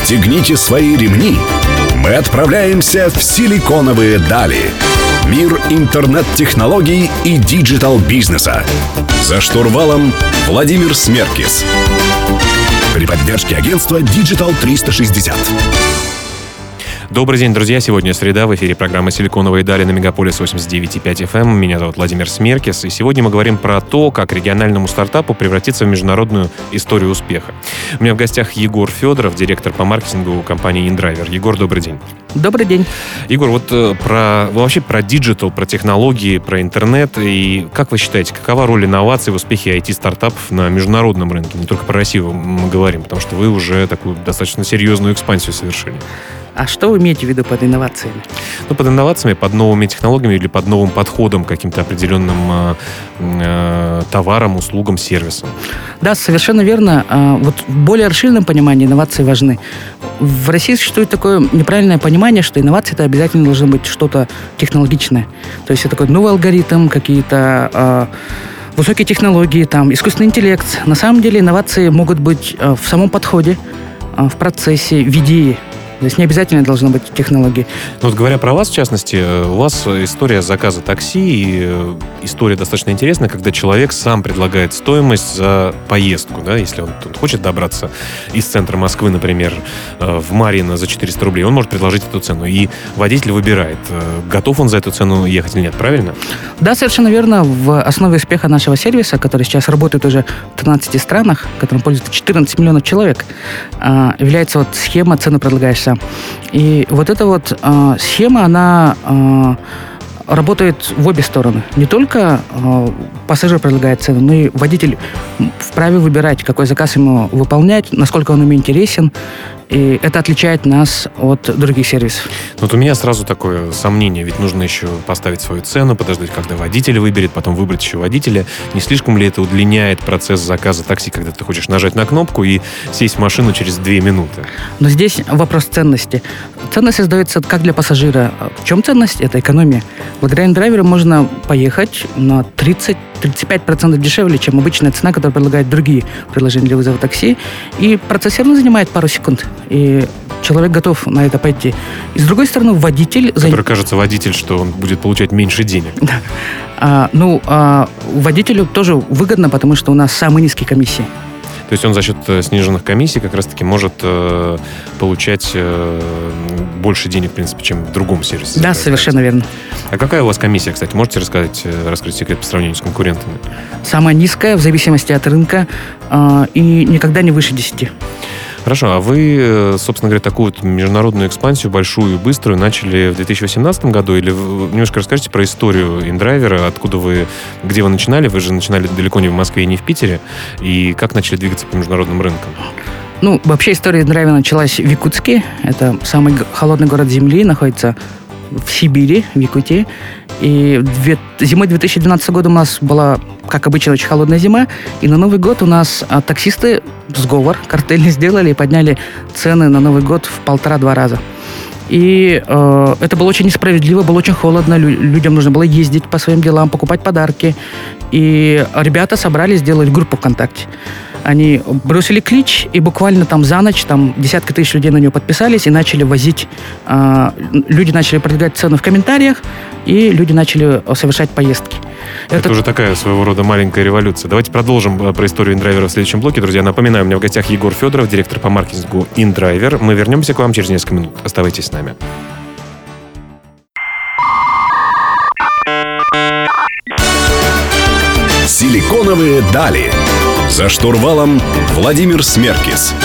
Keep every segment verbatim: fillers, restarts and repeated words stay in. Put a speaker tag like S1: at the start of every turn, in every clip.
S1: Пристегните свои ремни. Мы отправляемся в силиконовые дали. Мир интернет-технологий и диджитал-бизнеса. За штурвалом Владимир Смеркис. При поддержке агентства Digital триста шестьдесят.
S2: Добрый день, друзья. Сегодня среда. В эфире программа «Силиконовые дали» на Мегаполис восемьдесят девять и пять эф эм. Меня зовут Владимир Смеркис. И сегодня мы говорим про то, как региональному стартапу превратиться в международную историю успеха. У меня в гостях Егор Федоров, директор по маркетингу компании InDriver. Егор, добрый день.
S3: Добрый день.
S2: Егор, вот про, вообще про диджитал, про технологии, про интернет. И как вы считаете, какова роль инноваций в успехе ай ти-стартапов на международном рынке? Не только про Россию мы говорим, потому что вы уже такую достаточно серьезную экспансию совершили.
S3: А что вы имеете в виду под инновациями?
S2: Ну, под инновациями, под новыми технологиями или под новым подходом к каким-то определенным э, э, товарам, услугам, сервисам.
S3: Да, совершенно верно. Вот в более расширенном понимании инновации важны. В России существует такое неправильное понимание, что инновации — это обязательно должно быть что-то технологичное. То есть это такой новый алгоритм, какие-то э, высокие технологии, там, искусственный интеллект. На самом деле инновации могут быть э, в самом подходе, э, в процессе, в идее. То есть не обязательно должны быть технологии.
S2: Ну, вот говоря про вас, в частности, у вас история заказа такси, и история достаточно интересная, когда человек сам предлагает стоимость за поездку, да, если он, он хочет добраться из центра Москвы, например, в Марьино за четыреста рублей, он может предложить эту цену, и водитель выбирает, готов он за эту цену ехать или нет, правильно?
S3: Да, совершенно верно. В основе успеха нашего сервиса, который сейчас работает уже в тринадцати странах, которым пользуется четырнадцать миллионов человек, является вот схема «цены предлагаешь сам». И вот эта вот э, схема, она э, работает в обе стороны. Не только э, пассажир предлагает цену, но и водитель вправе выбирать, какой заказ ему выполнять, насколько он ему интересен. И это отличает нас от других сервисов.
S2: Вот у меня сразу такое сомнение, ведь нужно еще поставить свою цену, подождать, когда водитель выберет, потом выбрать еще водителя. Не слишком ли это удлиняет процесс заказа такси, когда ты хочешь нажать на кнопку и сесть в машину через две минуты? Но
S3: здесь вопрос ценности. Ценность создается как для пассажира. В чем ценность? Это экономия. Благодаря InDriver можно поехать на тридцать-тридцать пять процентов дешевле, чем обычная цена, которую предлагают другие приложения для вызова такси. И процесс все равно занимает пару секунд. И человек готов на это пойти. И с другой стороны, водитель...
S2: Который, кажется, водитель, что он будет получать меньше денег.
S3: Да. А, ну, а водителю тоже выгодно, потому что у нас самые низкие комиссии.
S2: То есть он за счет сниженных комиссий как раз-таки может э, получать э, больше денег, в принципе, чем в другом сервисе.
S3: Да, совершенно верно.
S2: А какая у вас комиссия, кстати? Можете рассказать, раскрыть секрет по сравнению с конкурентами?
S3: Самая низкая, в зависимости от рынка, э, и никогда не выше десяти.
S2: Хорошо, а вы, собственно говоря, такую вот международную экспансию, большую и быструю, начали в две тысячи восемнадцатом году? Или вы немножко расскажите про историю InDriver, откуда вы, где вы начинали? Вы же начинали далеко не в Москве и не в Питере. И как начали двигаться по международным рынкам?
S3: Ну, вообще история InDriver началась в Якутске. Это самый холодный город Земли, находится в Сибири, в Якутии. И зимой две тысячи двенадцатого года у нас была, как обычно, очень холодная зима. И на Новый год у нас а, таксисты сговор картельный сделали и подняли цены на Новый год в полтора-два раза. И э, это было очень несправедливо, было очень холодно. Лю- людям нужно было ездить по своим делам, покупать подарки. И ребята собрались, сделали группу ВКонтакте. Они бросили клич, и буквально там за ночь там десятки тысяч людей на нее подписались и начали возить. Э, люди начали продвигать цены в комментариях, и люди начали совершать поездки.
S2: Это, Это уже такая своего рода маленькая революция. Давайте продолжим про историю InDriver в следующем блоке. Друзья, напоминаю, у меня в гостях Егор Федоров, директор по маркетингу InDriver. Мы вернемся к вам через несколько минут. Оставайтесь с нами.
S1: Силиконовые дали. За штурвалом Владимир Смеркис.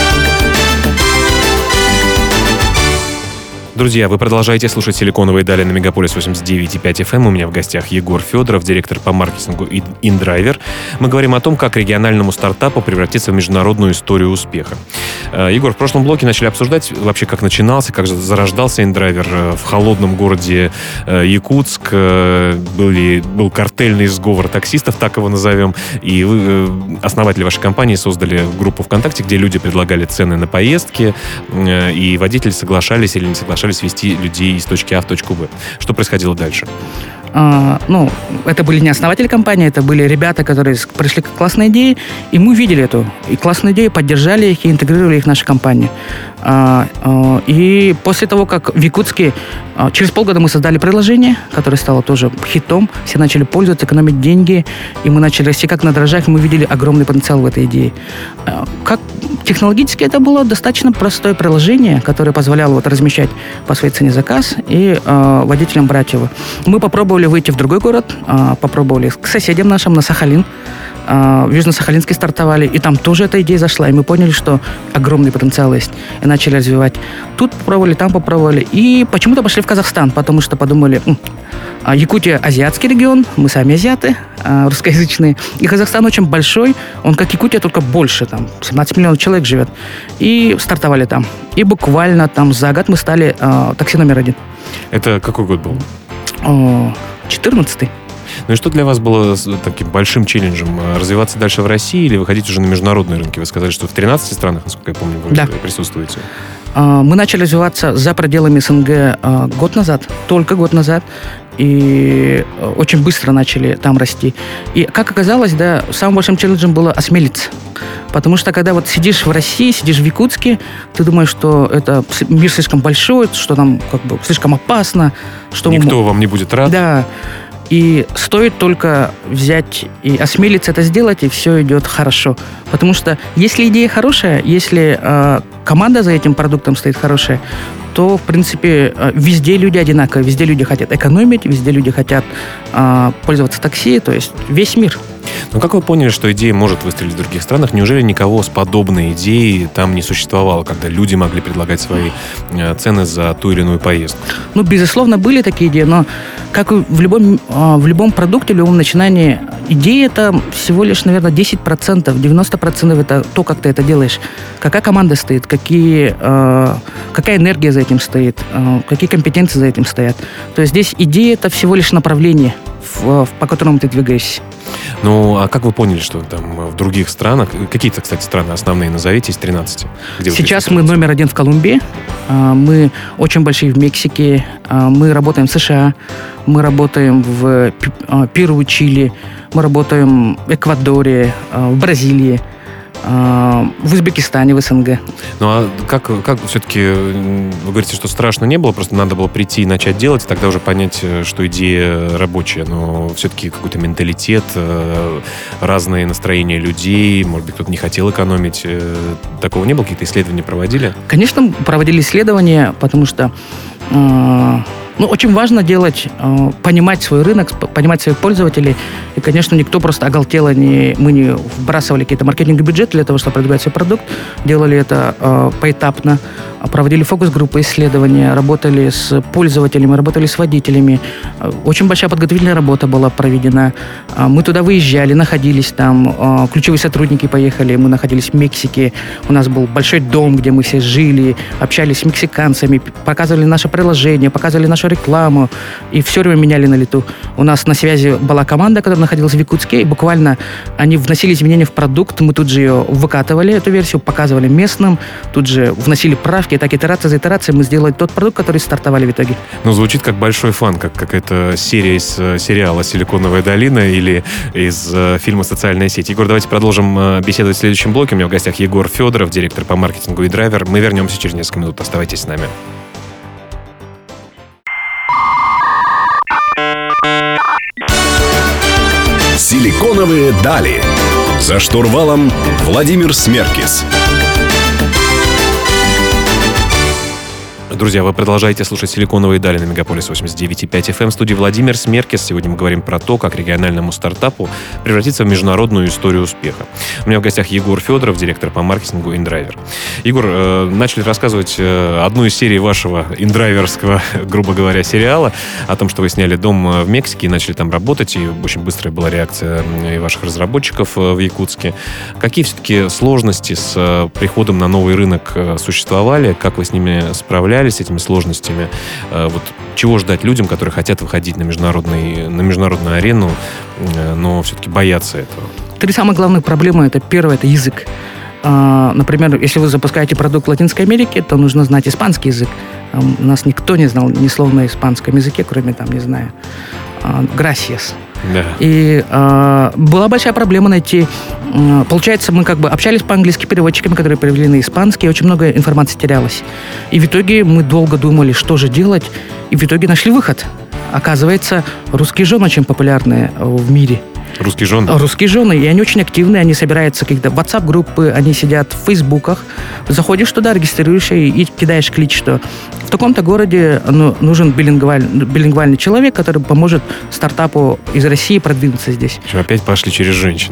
S2: Друзья, вы продолжаете слушать «Силиконовые дали» на Мегаполис восемьдесят девять и пять эф эм. У меня в гостях Егор Федоров, директор по маркетингу InDriver. Мы говорим о том, как региональному стартапу превратиться в международную историю успеха. Егор, в прошлом блоке начали обсуждать вообще, как начинался, как зарождался InDriver в холодном городе Якутск. Были, был картельный сговор таксистов, так его назовем. И вы, основатели вашей компании, создали группу ВКонтакте, где люди предлагали цены на поездки, и водители соглашались или не соглашались вести людей из точки А в точку Б. Что происходило дальше?
S3: А, ну, это были не основатели компании, это были ребята, которые пришли к классной идее, и мы видели эту и классную идею, поддержали их и интегрировали их в нашу компанию. А, а, и после того, как в Якутске, а, через полгода мы создали приложение, которое стало тоже хитом, все начали пользоваться, экономить деньги, и мы начали расти как на дрожжах, и мы видели огромный потенциал в этой идее. А, как технологически это было достаточно простое приложение, которое позволяло вот размещать по своей цене заказ и а, водителям брать его. Мы попробовали выйти в другой город, попробовали к соседям нашим на Сахалин. В Южно-Сахалинске стартовали, и там тоже эта идея зашла, и мы поняли, что огромный потенциал есть, и начали развивать. Тут попробовали, там попробовали, и почему-то пошли в Казахстан, потому что подумали, Якутия – азиатский регион, мы сами азиаты, русскоязычные, и Казахстан очень большой, он как Якутия, только больше, там семнадцать миллионов человек живет, и стартовали там. И буквально там за год мы стали э, такси номер один.
S2: Это какой год был?
S3: четырнадцатый.
S2: Ну и что для вас было таким большим челленджем? Развиваться дальше в России или выходить уже на международные рынки? Вы сказали, что в тринадцати странах, насколько я помню, вы
S3: да.
S2: присутствуете.
S3: Мы начали развиваться за пределами СНГ год назад, только год назад, и очень быстро начали там расти. И, как оказалось, да, самым большим челленджем было осмелиться. Потому что, когда вот сидишь в России, сидишь в Якутске, ты думаешь, что это мир слишком большой, что там как бы слишком опасно. Что
S2: Никто
S3: мы...
S2: вам не будет рад.
S3: Да. И стоит только взять и осмелиться это сделать, и все идет хорошо. Потому что если идея хорошая, если э, команда за этим продуктом стоит хорошая, то, в принципе, везде люди одинаковые, везде люди хотят экономить, везде люди хотят э, пользоваться такси, то есть весь мир.
S2: Но как вы поняли, что идея может выстрелить в других странах? Неужели никого с подобной идеей там не существовало, когда люди могли предлагать свои цены за ту или иную поездку?
S3: Ну, безусловно, были такие идеи, но как и в любом, в любом продукте, в любом начинании, идея это всего лишь, наверное, десять процентов, девяносто процентов это то, как ты это делаешь. Какая команда стоит, какие, какая энергия за этим стоит, какие компетенции за этим стоят. То есть здесь идея это всего лишь направление, по которому ты двигаешься.
S2: Ну, а как вы поняли, что там в других странах, какие-то, кстати, страны основные назовите из тринадцати? Где
S3: Сейчас мы номер один в Колумбии, мы очень большие в Мексике, мы работаем в США, мы работаем в Перу, Чили, мы работаем в Эквадоре, в Бразилии, в Узбекистане, в СНГ.
S2: Ну, а как, как все-таки, вы говорите, что страшно не было, просто надо было прийти и начать делать, и тогда уже понять, что идея рабочая, но все-таки какой-то менталитет, разные настроения людей, может быть, кто-то не хотел экономить. Такого не было? Какие-то исследования проводили?
S3: Конечно, проводили исследования, потому что ну, очень важно делать, э, понимать свой рынок, понимать своих пользователей. И, конечно, никто просто оголтело не... Мы не вбрасывали какие-то маркетинговые бюджеты для того, чтобы продвигать свой продукт. Делали это э, поэтапно. Проводили фокус-группы исследования, работали с пользователями, работали с водителями. Очень большая подготовительная работа была проведена. Мы туда выезжали, находились там. Ключевые сотрудники поехали. Мы находились в Мексике. У нас был большой дом, где мы все жили, общались с мексиканцами, показывали наше приложение, показывали нашу рекламу. И все время меняли на лету. У нас на связи была команда, которая находилась в Якутске. И буквально они вносили изменения в продукт. Мы тут же ее выкатывали, эту версию, показывали местным. Тут же вносили правки. И так итерация за итерацией мы сделали тот продукт, который стартовали в итоге.
S2: Ну, звучит как большой фан, как какая-то серия из сериала «Силиконовая долина» или из э, фильма «Социальная сеть». Егор, давайте продолжим э, беседовать в следующем блоке. У меня в гостях Егор Федоров, директор по маркетингу и драйвер. Мы вернемся через несколько минут. Оставайтесь с нами.
S1: Силиконовые дали. За штурвалом Владимир Смеркис.
S2: Друзья, вы продолжаете слушать «Силиконовые дали» на Мегаполис восемьдесят девять и пять эф эм. В студии Владимир Смеркис. Сегодня мы говорим про то, как региональному стартапу превратиться в международную историю успеха. У меня в гостях Егор Федоров, директор по маркетингу InDriver. Егор, э, начали рассказывать э, одну из серий вашего индрайверского, грубо говоря, сериала о том, что вы сняли дом в Мексике и начали там работать, и очень быстрая была реакция и ваших разработчиков в Якутске. Какие все-таки сложности с э, приходом на новый рынок э, существовали? Как вы с ними справлялись? С этими сложностями. Вот чего ждать людям, которые хотят выходить на, международный, на международную арену, но все-таки боятся этого?
S3: Три самых главных проблемы. Это первое, это язык. Например, если вы запускаете продукт в Латинской Америке, то нужно знать испанский язык. У нас никто не знал ни слова на испанском языке, кроме, там, не знаю, gracias.
S2: Да.
S3: И э, была большая проблема найти. Э, получается, мы как бы общались по-английски переводчиками, которые перевели на испанский, и очень много информации терялось. И в итоге мы долго думали, что же делать, и в итоге нашли выход. Оказывается, русские жены очень популярны в мире.
S2: Русские жены?
S3: Русские жены, и они очень активные, они собираются какие-то WhatsApp-группы, они сидят в Фейсбуках. Заходишь туда, регистрируешься и кидаешь клич, что в таком-то городе ну, нужен билингвальный, билингвальный человек, который поможет стартапу из России продвинуться здесь.
S2: Что, опять пошли через женщин?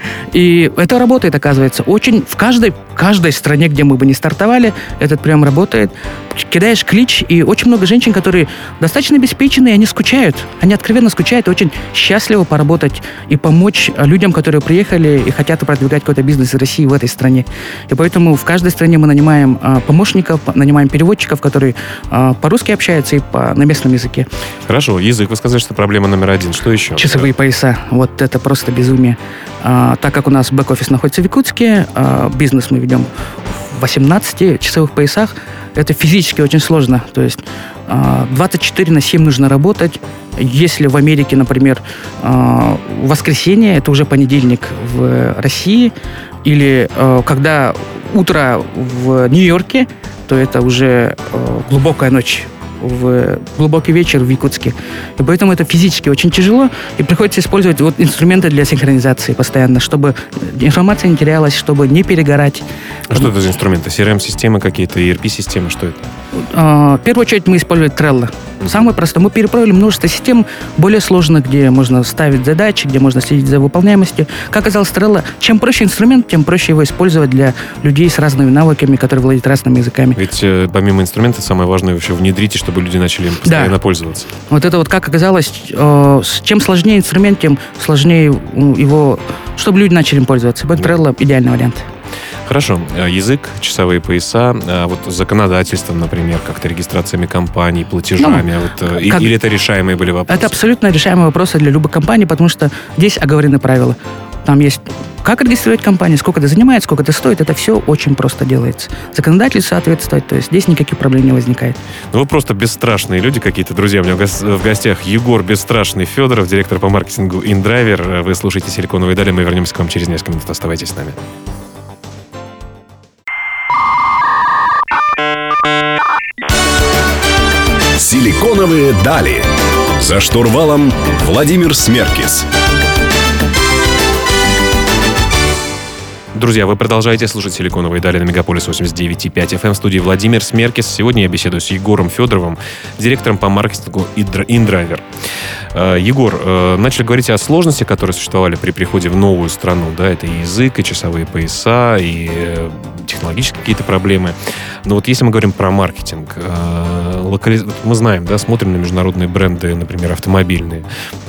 S3: И это работает, оказывается. Очень в каждой, каждой стране, где мы бы не стартовали, этот прием работает. Кидаешь клич, и очень много женщин, которые достаточно обеспеченные, они скучают. Они откровенно скучают и очень счастливы поработать и помочь людям, которые приехали и хотят продвигать какой-то бизнес из России в этой стране. И поэтому в каждой стране мы нанимаем а, помощников, нанимаем переводчиков, которые а, по-русски общаются и по, на местном языке.
S2: Хорошо, язык. Вы сказали, что проблема номер один. Что еще?
S3: Часовые пояса. Вот это просто безумие. А, так как у нас бэк-офис находится в Якутске, а, бизнес мы ведем в восемнадцати часовых поясах, это физически очень сложно. То есть двадцать четыре на семь нужно работать. Если в Америке, например, воскресенье, это уже понедельник в России, или когда утро в Нью-Йорке, то это уже глубокая ночь, в глубокий вечер в Якутске. И поэтому это физически очень тяжело, и приходится использовать вот инструменты для синхронизации постоянно, чтобы информация не терялась, чтобы не перегорать.
S2: А что это за инструменты? си ар эм-системы какие-то, и эр пи-системы? Что это?
S3: В первую очередь мы используем Trello. Самое простое. Мы переправили множество систем более сложных, где можно ставить задачи, где можно следить за выполняемостью. Как оказалось, Trello, чем проще инструмент, тем проще его использовать для людей с разными навыками, которые владеют разными языками.
S2: Ведь э, помимо инструмента самое важное вообще внедрить, чтобы люди начали им постоянно
S3: да.
S2: пользоваться.
S3: Вот это вот как оказалось, э, чем сложнее инструмент, тем сложнее его, чтобы люди начали им пользоваться. Вот Trello идеальный вариант.
S2: Хорошо. Язык, часовые пояса, а вот законодательством, например, как-то регистрациями компаний, платежами, ну, вот, и,
S3: как...
S2: или это решаемые были вопросы?
S3: Это абсолютно решаемые вопросы для любой компании, потому что здесь оговорены правила. Там есть как регистрировать компанию, сколько это занимает, сколько это стоит, это все очень просто делается. Законодатель соответствует, то есть здесь никаких проблем не возникает.
S2: Ну вы просто бесстрашные люди какие-то, друзья. У меня в гостях Егор Бесстрашный Федоров, директор по маркетингу InDriver. Вы слушаете «Силиконовые дали», мы вернемся к вам через несколько минут. Оставайтесь с нами.
S1: «Силиконовые дали». За штурвалом Владимир Смеркис.
S2: Друзья, вы продолжаете слушать «Силиконовые дали» на Мегаполис восемьдесят девять и пять эф эм, в студии Владимир Смеркис. Сегодня я беседую с Егором Федоровым, директором по маркетингу InDriver. Егор, начали говорить о сложностях, которые существовали при приходе в новую страну. Да, это и язык, и часовые пояса, и технологические какие-то проблемы. Но вот если мы говорим про маркетинг, локализ... мы знаем, да, смотрим на международные бренды, например, автомобильные.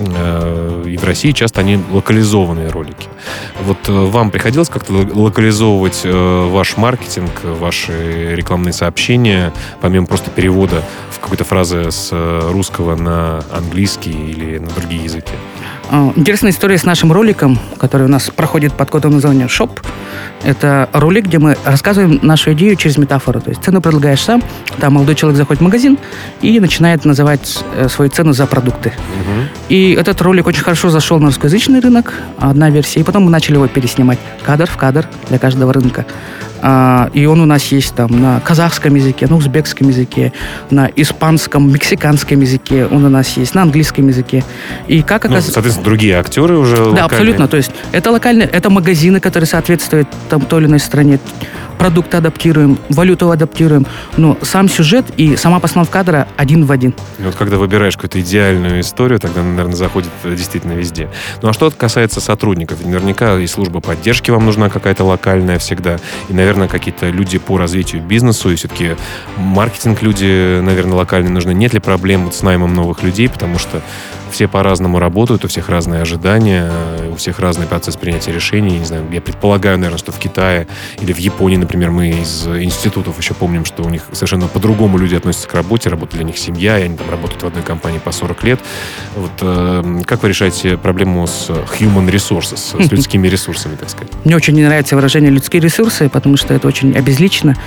S2: И в России часто они локализованные ролики. Вот вам приходилось как-то локализовывать ваш маркетинг, ваши рекламные сообщения, помимо просто перевода в какой-то фразы с русского на английский или на другие языки?
S3: Интересная история с нашим роликом, который у нас проходит под кодовым названием «Shop». Это ролик, где мы рассказываем нашу идею через метафору. То есть цену предлагаешь сам, там молодой человек заходит в магазин и начинает называть свою цену за продукты. Угу. И этот ролик очень хорошо зашел на русскоязычный рынок, одна версия, и потом мы начали его переснимать кадр в кадр для каждого рынка. И он у нас есть там на казахском языке, на узбекском языке, на испанском, мексиканском языке, он у нас есть на английском языке. И как оказывается...
S2: Ну, соответственно, другие актеры уже локальные.
S3: Да, абсолютно. То есть это локальные, это магазины, которые соответствуют там той или иной стране. Продукты адаптируем, валюту адаптируем. Но сам сюжет и сама постановка кадра один в один.
S2: И вот когда выбираешь какую-то идеальную историю, тогда, наверное, заходит действительно везде. Ну а что касается сотрудников? Наверняка и служба поддержки вам нужна какая-то локальная всегда. И, наверное, какие-то люди по развитию бизнесу. И все-таки маркетинг люди, наверное, локальные нужны. Нет ли проблем с наймом новых людей? Потому что все по-разному работают, у всех разные ожидания, у всех разный процесс принятия решений. Не знаю, я предполагаю, наверное, что в Китае или в Японии, например, мы из институтов еще помним, что у них совершенно по-другому люди относятся к работе, работа для них семья, и они там работают в одной компании по сорок лет. Вот, э, как вы решаете проблему с human resources, с людскими ресурсами, так сказать?
S3: Мне очень не нравится выражение «людские ресурсы», потому что это очень обезлично.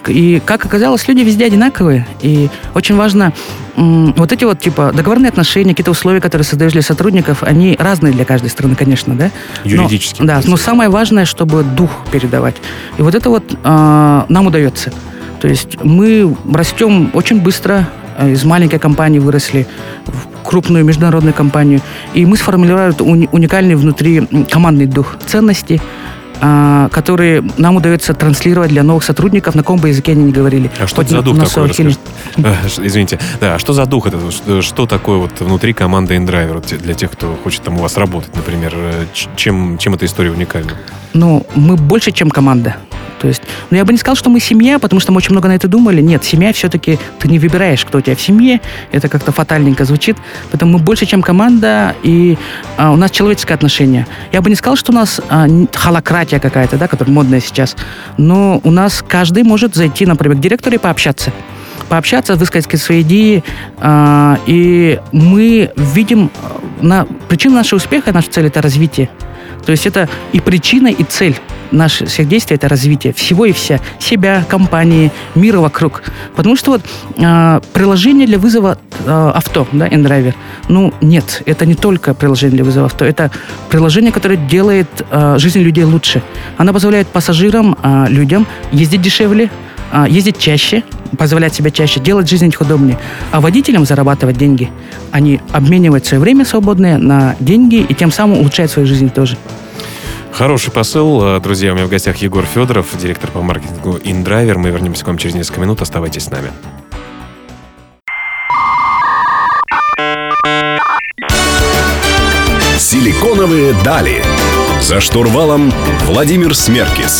S3: И, как оказалось, люди везде одинаковые. И очень важно, м, вот эти вот, типа, договорные отношения, какие-то условия, которые создаешь для сотрудников, они разные для каждой страны, конечно, да?
S2: Юридически.
S3: Но, да, но самое важное, чтобы дух передавать. И вот это вот э, нам удается. То есть мы растем очень быстро, из маленькой компании выросли в крупную международную компанию, и мы сформулировали уни- уникальный внутри командный дух ценностей, а, которые нам удается транслировать для новых сотрудников, на каком бы языке они ни говорили.
S2: А что это за дух такой, расскажите? Извините. Да, а что за дух это? Что, что такое вот внутри команды InDriver вот для тех, кто хочет там у вас работать, например? Чем, чем эта история уникальна?
S3: Ну, мы больше, чем команда. То есть, ну, я бы не сказал, что мы семья, потому что мы очень много на это думали. Нет, семья все-таки, ты не выбираешь, кто у тебя в семье. Это как-то фатальненько звучит. Поэтому мы больше, чем команда, и а, у нас человеческое отношение. Я бы не сказал, что у нас а, холократия какая-то, да, которая модная сейчас. Но у нас каждый может зайти, например, к директору и пообщаться. Пообщаться, высказать свои идеи. А, и мы видим на, причину нашего успеха, наша цель – это развитие. То есть это и причина, и цель наших всех действий – это развитие всего и вся. Себя, компании, мира вокруг. Потому что вот э, приложение для вызова э, авто, да, InDriver, ну, нет, это не только приложение для вызова авто, это приложение, которое делает э, жизнь людей лучше. Оно позволяет пассажирам, э, людям ездить дешевле, э, ездить чаще, позволять себя чаще, делать жизнь их удобнее. А водителям зарабатывать деньги. Они обменивают свое время свободное на деньги и тем самым улучшают свою жизнь тоже.
S2: Хороший посыл. Друзья, у меня в гостях Егор Федоров, директор по маркетингу InDriver. Мы вернемся к вам через несколько минут. Оставайтесь с нами.
S1: Силиконовые дали. За штурвалом Владимир Смеркис.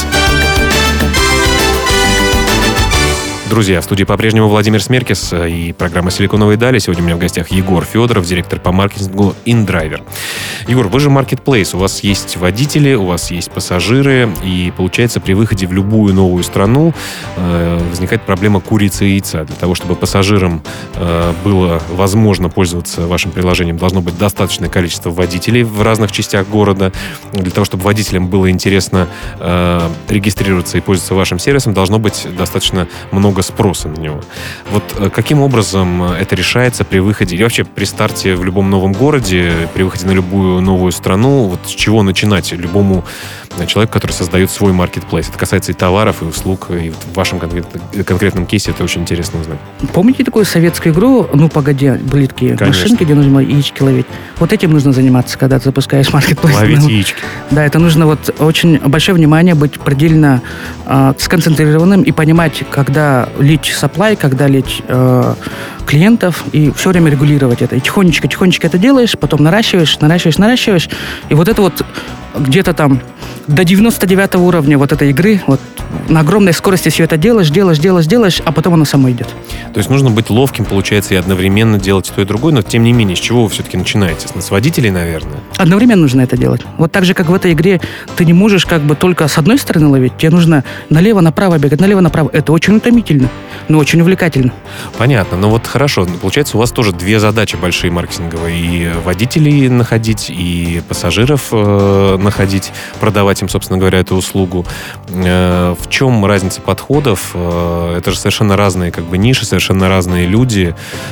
S2: Друзья, в студии по-прежнему Владимир Смеркис и программа «Силиконовые дали». Сегодня у меня в гостях Егор Федоров, директор по маркетингу InDriver. Егор, вы же маркетплейс, у вас есть водители, у вас есть пассажиры, и получается при выходе в любую новую страну э, возникает проблема курицы и яйца. Для того, чтобы пассажирам э, было возможно пользоваться вашим приложением, должно быть достаточное количество водителей в разных частях города. Для того, чтобы водителям было интересно э, регистрироваться и пользоваться вашим сервисом, должно быть достаточно много спроса на него. Вот каким образом это решается при выходе, и вообще при старте в любом новом городе, при выходе на любую новую страну, вот с чего начинать любому человеку, который создает свой маркетплейс? Это касается и товаров, и услуг, и в вашем конкретном, конкретном кейсе это очень интересно узнать.
S3: Помните такую советскую игру «Ну, погоди», были такие
S2: Конечно.
S3: Машинки, где нужно яички ловить? Вот этим нужно заниматься, когда ты запускаешь маркетплейс.
S2: Ловить яички.
S3: Да, это нужно вот очень большое внимание, быть предельно э, сконцентрированным и понимать, когда лить supply, когда лить э, клиентов, и все время регулировать это. И тихонечко-тихонечко это делаешь, потом наращиваешь, наращиваешь, наращиваешь. И вот это вот где-то там до девяносто девятого уровня вот этой игры, вот на огромной скорости все это делаешь, делаешь, делаешь, делаешь, а потом оно само идет.
S2: То есть нужно быть ловким, получается, и одновременно делать и то, и другое, но тем не менее, с чего вы все-таки начинаете? С водителей, наверное?
S3: Одновременно нужно это делать. Вот так же, как в этой игре, ты не можешь как бы только с одной стороны ловить, тебе нужно налево-направо бегать, налево-направо. Это очень утомительно, но очень увлекательно.
S2: Понятно, но вот хорошо, получается, у вас тоже две задачи большие маркетинговые. И водителей находить, и пассажиров э, находить, продавать им, собственно говоря, эту услугу. Э, в чем разница подходов? Э, это же совершенно разные как бы ниши, совершенно разные люди.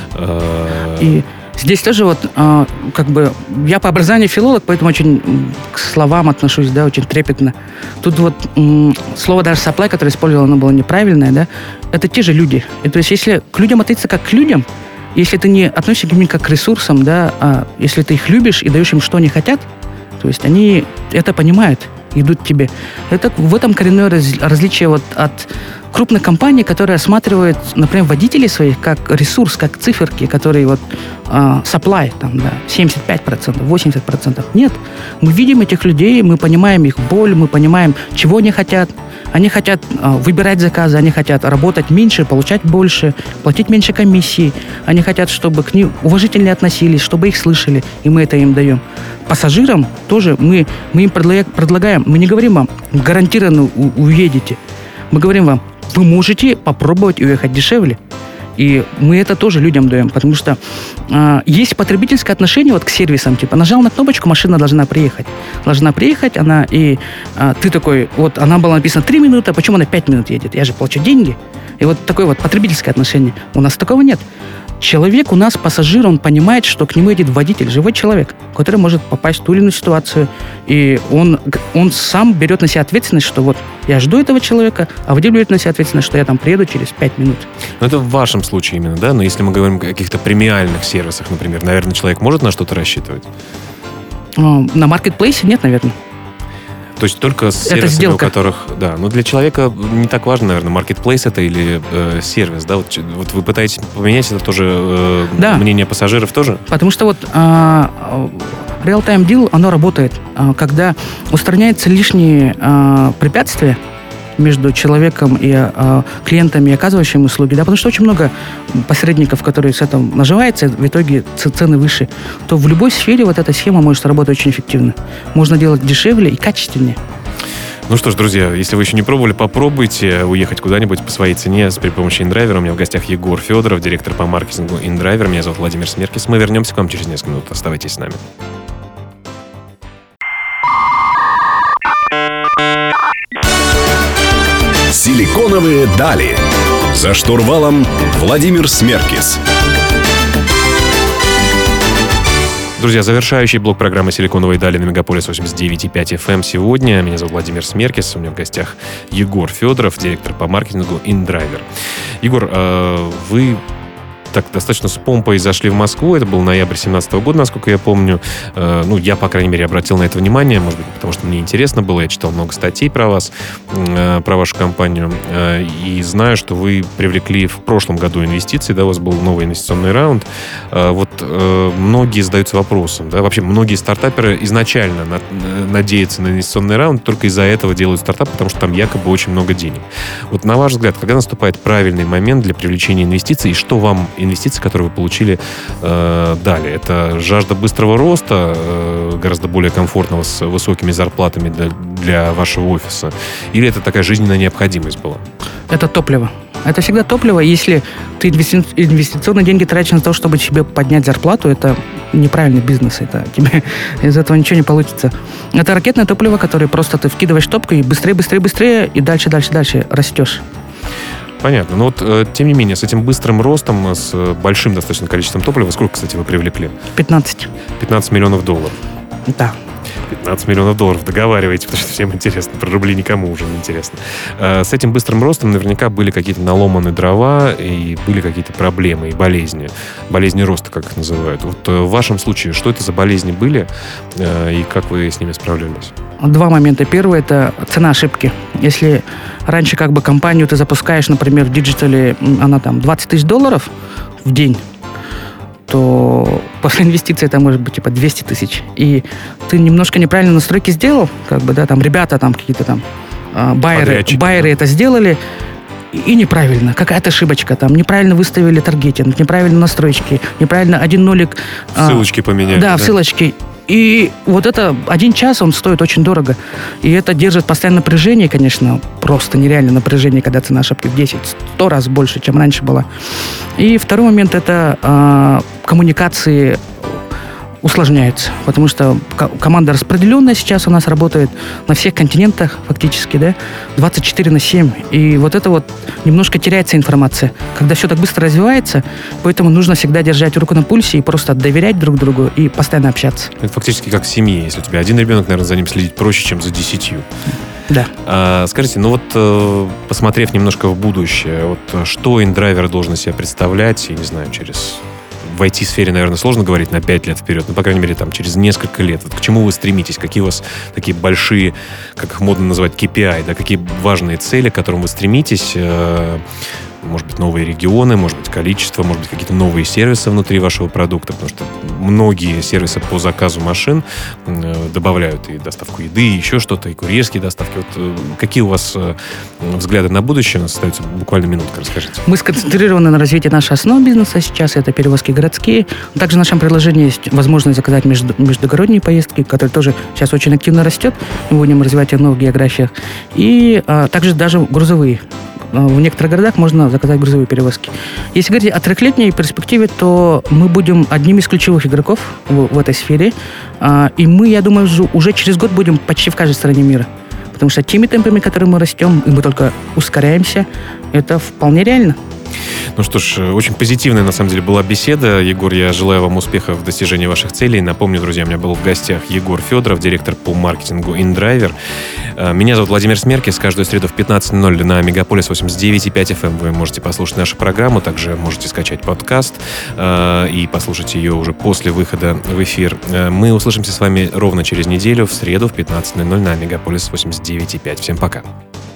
S2: Э,
S3: и здесь тоже вот, э, как бы, я по образованию филолог, поэтому очень к словам отношусь, да, очень трепетно. Тут вот м, слово даже supply, которое использовал, оно было неправильное, да, это те же люди. И то есть если к людям относиться как к людям, если ты не относишься к ним как к ресурсам, да, а если ты их любишь и даешь им, что они хотят, то есть они это понимают, идут к тебе. Это в этом коренное раз, различие вот от крупных компаний, которые рассматривают, например, водителей своих как ресурс, как циферки, которые вот э, supply, там, да, семьдесят пять процентов, восемьдесят процентов. Нет. Мы видим этих людей, мы понимаем их боль, мы понимаем, чего они хотят. Они хотят э, выбирать заказы, они хотят работать меньше, получать больше, платить меньше комиссии. Они хотят, чтобы к ним уважительнее относились, чтобы их слышали, и мы это им даем. Пассажирам тоже мы, мы им предлагаем, мы не говорим вам, гарантированно у, уедете. Мы говорим вам, вы можете попробовать уехать дешевле. И мы это тоже людям даем, потому что э, есть потребительское отношение вот к сервисам, типа нажал на кнопочку, машина должна приехать. Должна приехать, она и э, ты такой, вот она была написана три минуты, а почему она пять минут едет? Я же плачу деньги. И вот такое вот потребительское отношение. У нас такого нет. Человек у нас, пассажир, он понимает, что к нему едет водитель, живой человек, который может попасть в ту или иную ситуацию. И он, он сам берет на себя ответственность, что вот я жду этого человека, а водитель берет на себя ответственность, что я там приеду через пять минут.
S2: Ну, это в вашем случае именно, да? Но если мы говорим о каких-то премиальных сервисах, например, наверное, человек может на что-то рассчитывать?
S3: На маркетплейсе нет, наверное.
S2: То есть только с сервисами, у которых... Да, но для человека не так важно, наверное, маркетплейс это или э, сервис, да? Вот, вот вы пытаетесь поменять это тоже, э, да. мнение пассажиров тоже?
S3: Потому что вот э, real-time deal, оно работает, э, когда устраняются лишние э, препятствия между человеком и э, клиентами, оказывающими услуги, да, потому что очень много посредников, которые с этим наживаются, в итоге цены выше, то в любой сфере вот эта схема может работать очень эффективно. Можно делать дешевле и качественнее.
S2: Ну что ж, друзья, если вы еще не пробовали, попробуйте уехать куда-нибудь по своей цене при помощи InDriver. У меня в гостях Егор Федоров, директор по маркетингу InDriver. Меня зовут Владимир Смеркис. Мы вернемся к вам через несколько минут. Оставайтесь с нами.
S1: Силиконовые дали. За штурвалом Владимир Смеркис.
S2: Друзья, завершающий блок программы «Силиконовые дали» на Мегаполис восемьдесят девять и пять эф эм сегодня. Меня зовут Владимир Смеркис. У меня в гостях Егор Федоров, директор по маркетингу InDriver. Егор, вы так достаточно с помпой зашли в Москву. Это был ноябрь две тысячи семнадцатого года, насколько я помню. Э, ну, я, по крайней мере, обратил на это внимание, может быть, потому что мне интересно было. Я читал много статей про вас, э, про вашу компанию. Э, и знаю, что вы привлекли в прошлом году инвестиции, да, у вас был новый инвестиционный раунд. Э, вот э, многие задаются вопросом, да, вообще многие стартаперы изначально на, надеются на инвестиционный раунд, только из-за этого делают стартап, потому что там якобы очень много денег. Вот на ваш взгляд, когда наступает правильный момент для привлечения инвестиций, и что вам инвестиции, которые вы получили, э, дали? Это жажда быстрого роста, э, гораздо более комфортного, с высокими зарплатами для, для вашего офиса? Или это такая жизненная необходимость была? Это
S3: топливо. Это всегда топливо. Если ты инвести... инвестиционные деньги тратишь на то, чтобы себе поднять зарплату, это неправильный бизнес. Это тебе из этого ничего не получится. Это ракетное топливо, которое просто ты вкидываешь топкой и быстрее, быстрее, быстрее, и дальше, дальше, дальше растешь.
S2: Понятно. Но вот, э, тем не менее, с этим быстрым ростом, с большим достаточно количеством топлива, сколько, кстати, вы привлекли?
S3: пятнадцать.
S2: пятнадцать миллионов долларов.
S3: Да.
S2: пятнадцать миллионов долларов. Договаривайте, потому что всем интересно. Про рубли никому уже не интересно. Э, с этим быстрым ростом наверняка были какие-то наломаны дрова, и были какие-то проблемы и болезни. Болезни роста, как их называют. Вот э, в вашем случае, что это за болезни были, э, и как вы с ними справлялись?
S3: Два момента. Первый – это цена ошибки. Если раньше как бы компанию ты запускаешь, например, в диджитале, она там двадцать тысяч долларов в день, то после инвестиций это может быть типа двести тысяч. И ты немножко неправильно настройки сделал, как бы, да, там ребята там какие-то там э, байеры, байеры это сделали, и, и неправильно. Какая-то ошибочка там. Неправильно выставили таргетинг, неправильно настройки, неправильно один нолик.
S2: Э, ссылочки поменяли.
S3: Да,
S2: да,
S3: ссылочки. И вот это один час, он стоит очень дорого. И это держит постоянное напряжение, конечно, просто нереальное напряжение, когда цена ошибки в десять-сто раз больше, чем раньше была. И второй момент – это э, коммуникации усложняются, потому что команда распределенная сейчас у нас работает на всех континентах фактически, да, двадцать четыре на семь, и вот это вот немножко теряется информация, когда все так быстро развивается, поэтому нужно всегда держать руку на пульсе и просто доверять друг другу и постоянно общаться.
S2: Это фактически как в семье, если у тебя один ребенок, наверное, за ним следить проще, чем за десятью.
S3: Да.
S2: А, скажите, ну вот, э, посмотрев немножко в будущее, вот что InDriver должен из себя представлять, я не знаю, через... В ай ти-сфере, наверное, сложно говорить на пять лет вперед, но, по крайней мере, там, через несколько лет. Вот к чему вы стремитесь? Какие у вас такие большие, как их модно называть, кей пи ай, да, какие важные цели, к которым вы стремитесь? Э, может быть, новые регионы, может быть, количество, может быть, какие-то новые сервисы внутри вашего продукта, потому что многие сервисы по заказу машин э, добавляют и доставку еды, и еще что-то, и курьерские доставки. Вот э, какие у вас э, взгляды на будущее? У нас остается буквально минутка, расскажите.
S3: Мы сконцентрированы на развитии нашего основного бизнеса сейчас, это перевозки городские. Также в нашем приложении есть возможность заказать между, междугородние поездки, которые тоже сейчас очень активно растет. Мы будем развивать их в новых географиях. И а, также даже грузовые. В некоторых городах можно заказать грузовые перевозки. Если говорить о трехлетней перспективе, то мы будем одним из ключевых игроков в, в этой сфере. И мы, я думаю, уже через год будем почти в каждой стране мира. Потому что теми темпами, которыми мы растем, и мы только ускоряемся, это вполне реально.
S2: Ну что ж, очень позитивная, на самом деле, была беседа. Егор, я желаю вам успеха в достижении ваших целей. Напомню, друзья, у меня был в гостях Егор Федоров, директор по маркетингу InDriver. Меня зовут Владимир Смеркис. Каждую среду в пятнадцать ноль ноль на Мегаполис восемьдесят девять и пять эф эм вы можете послушать нашу программу. Также можете скачать подкаст и послушать ее уже после выхода в эфир. Мы услышимся с вами ровно через неделю, в среду в пятнадцать ноль ноль на Мегаполис восемьдесят девять и пять. Всем пока.